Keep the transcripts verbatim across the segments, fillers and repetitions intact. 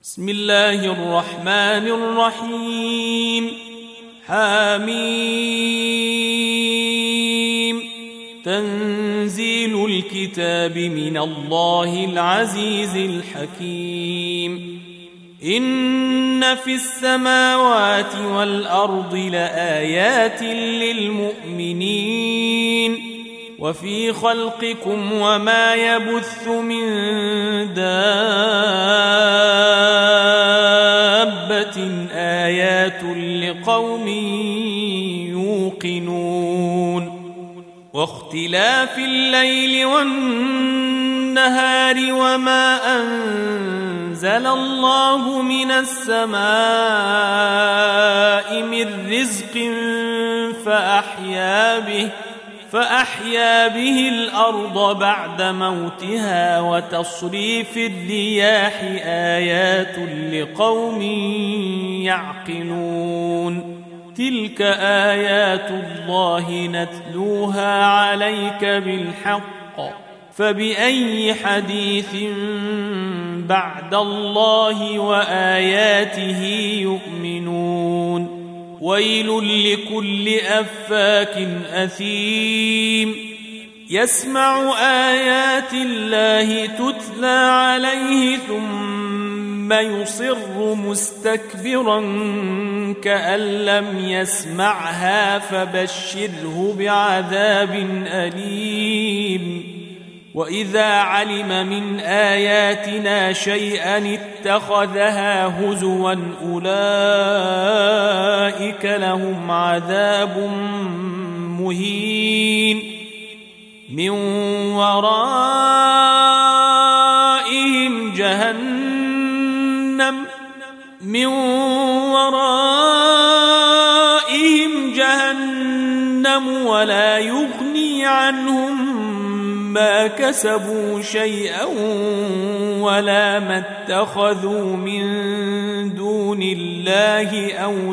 بسم الله الرحمن الرحيم. حميم. تنزيل الكتاب من الله العزيز الحكيم. إن في السماوات والأرض لآيات للمؤمنين وفي خلقكم وما يبث من دابة آيات لقوم يوقنون. واختلاف الليل والنهار وما أنزل الله من السماء من رزق فأحيا به فأحيا به الأرض بعد موتها وتصريف الرياح آيات لقوم يعقلون. تلك آيات الله نتلوها عليك بالحق فبأي حديث بعد الله وآياته يؤمنون. ويل لكل أفاك أثيم يسمع آيات الله تتلى عليه ثم يصر مستكبرا كأن لم يسمعها فبشره بعذاب أليم. وإذا علم من آياتنا شيئا اتخذها هزوا أولئك لهم عذاب مهين من ورائهم جهنم من ورائهم جهنم ولا يغني عنهم ما كسبوا شيئا ولا ما اتخذوا من دون الله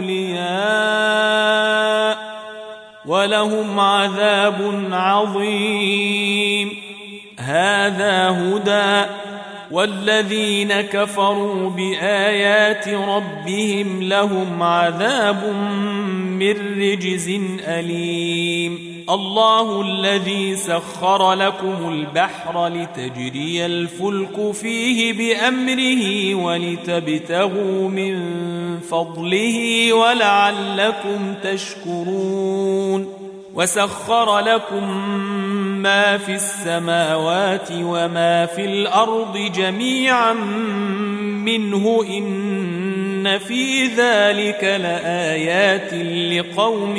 أولياء ولهم عذاب عظيم. هذا هدى والذين كفروا بآيات ربهم لهم عذاب من رجز أليم. الله الذي سخر لكم البحر لتجري الفلك فيه بأمره ولتبتغوا من فضله ولعلكم تشكرون. وسخر لكم ما في السماوات وما في الأرض جميعا منه إن في ذلك لآيات لقوم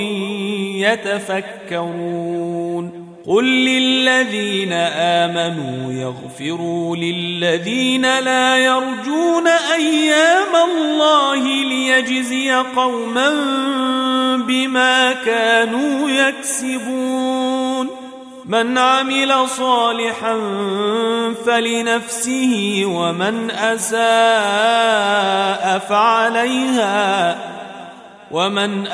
يتفكرون. قل للذين آمنوا يغفروا للذين لا يرجون أيام الله ليجزي قوما بما كانوا يكسبون. من عمل صالحا فلنفسه ومن أساء فعليها ومن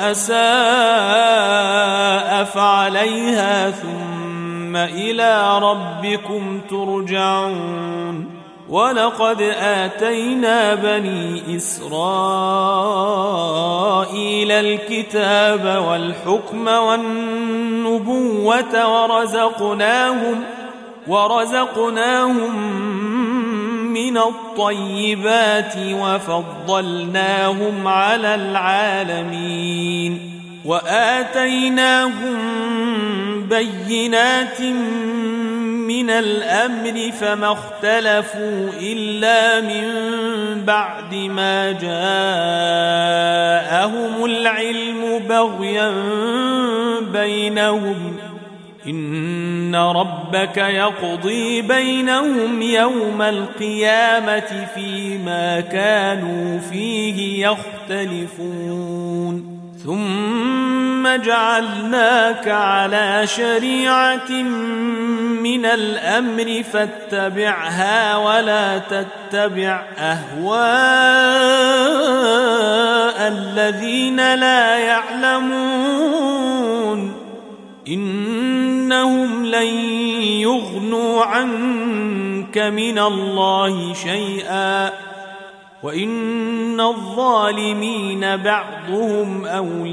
أساء فعليها ثم إلى ربكم ترجعون. ولقد آتينا بني إسرائيل الكتاب والحكم والنبوة ورزقناهم ورزقناهم من الطيبات وفضلناهم على العالمين. وآتيناهم بينات من الأمر فما اختلفوا إلا من بعد ما جاءهم العلم بغيا بينهم. إن ربك يقضي بينهم يوم القيامة فيما كانوا فيه يختلفون. ثم جعلناك على شريعة من الأمر فاتبعها ولا تتبع أهواء الذين لا يعلمون. إنهم لن يغنوا عنك من الله شيئا وإن الظالمين بعضهم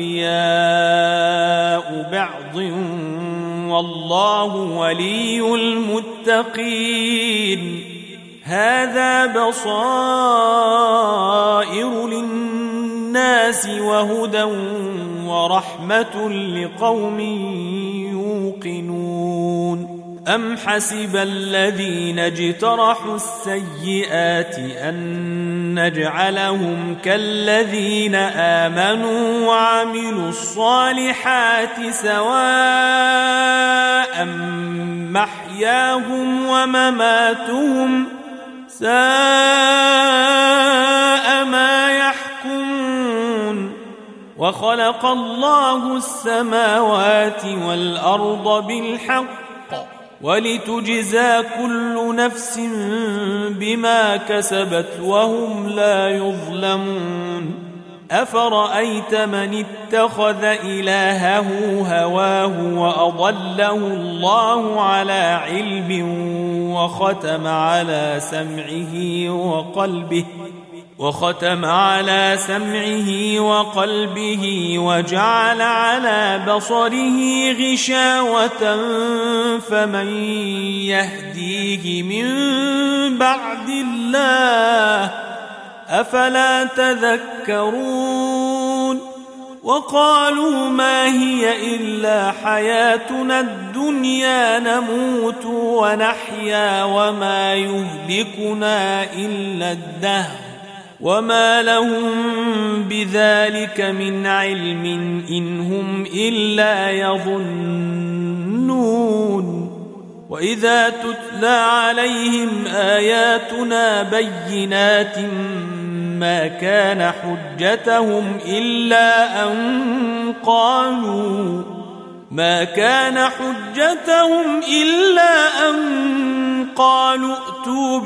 أولياء بعض والله ولي المتقين. هذا بصائر للناس وهدى ورحمة لقوم يوقنون. أم حسب الذين اجترحوا السيئات أن نجعلهم كالذين آمنوا وعملوا الصالحات سواء محياهم ومماتهم ساء ما يحكمون. وخلق الله السماوات والأرض بالحق ولتجزى كل نفس بما كسبت وهم لا يظلمون. أفرأيت من اتخذ إلهه هواه وأضله الله على علم وختم على سمعه وقلبه وختم على سمعه وقلبه وجعل على بصره غشاوة فمن يهديه من بعد الله أفلا تذكرون. وقالوا ما هي إلا حياتنا الدنيا نموت ونحيا وما يهلكنا إلا الدهر وما لهم بذلك من علم إن هم إلا يظنون. وإذا تتلى عليهم آياتنا بينات ما كان حجتهم إلا أن قالوا ما كان حجتهم إلا أن قالوا ائتوا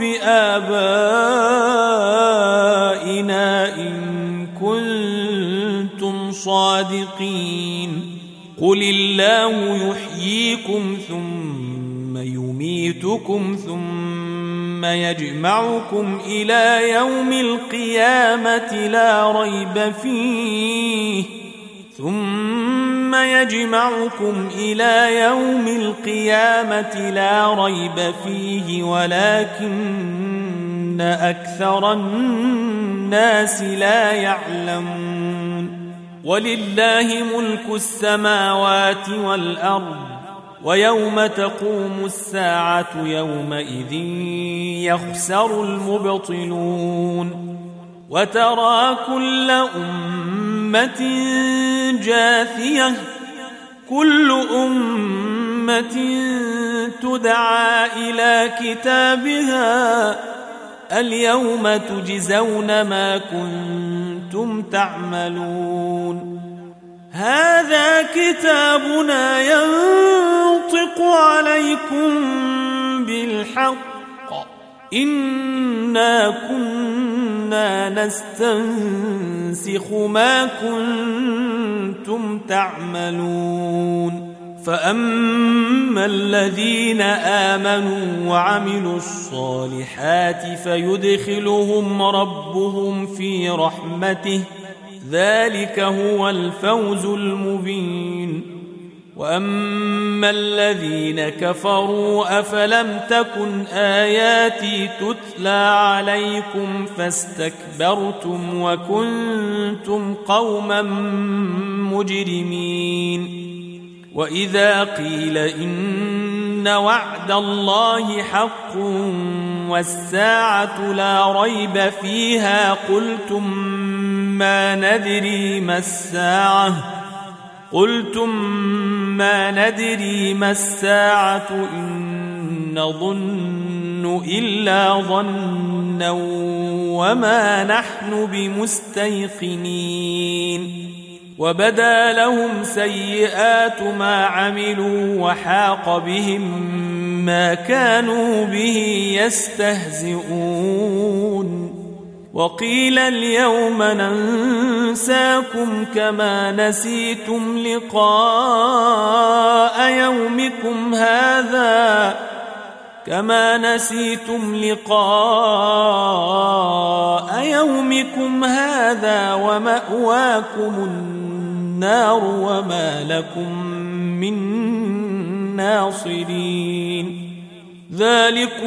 بآبائنا إن كنتم صادقين. قل الله يحييكم ثم يميتكم ثم يجمعكم إلى يوم القيامة لا ريب فيه ثم يجمعكم إلى يوم القيامة لا ريب فيه ولكن أكثر الناس لا يعلمون. ولله ملك السماوات والأرض ويوم تقوم الساعة يومئذ يخسر المبطلون. وترى كل أمة جاثية كل أمة تدعى إلى كتابها اليوم تجزون ما كنتم تعملون. هذا كتابنا ينطق عليكم بالحق إنا كنا نستنسخ ما كنتم تعملون. فأما الذين آمنوا وعملوا الصالحات فيدخلهم ربهم في رحمته ذلك هو الفوز المبين. وأما الذين كفروا أفلم تكن آياتي تتلى عليكم فاستكبرتم وكنتم قوما مجرمين. وإذا قيل إن وعد الله حق والساعة لا ريب فيها قلتم ما ندري ما الساعة قلتم ما ندري ما الساعة إن نظن إلا ظنا وما نحن بمستيقنين. وبدا لهم سيئات ما عملوا وحاق بهم ما كانوا به يستهزئون. وقيل اليوم ننساكم كما نسيتم لقاء يومكم هذا كما نسيتم لقاء يومكم هذا ومأواكم النار وما لكم من ناصرين ذلكم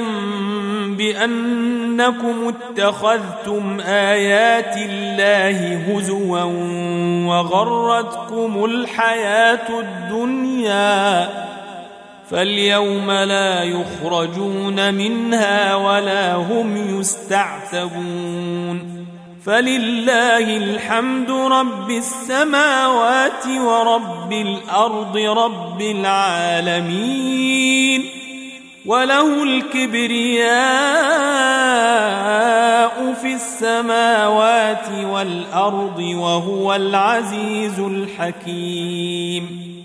بأنكم اتخذتم آيات الله هزوا وغرتكم الحياة الدنيا فاليوم لا يخرجون منها ولا هم يستعتبون فلله الحمد رب السماوات ورب الأرض رب العالمين وله الكبرياء في السماوات والأرض وهو العزيز الحكيم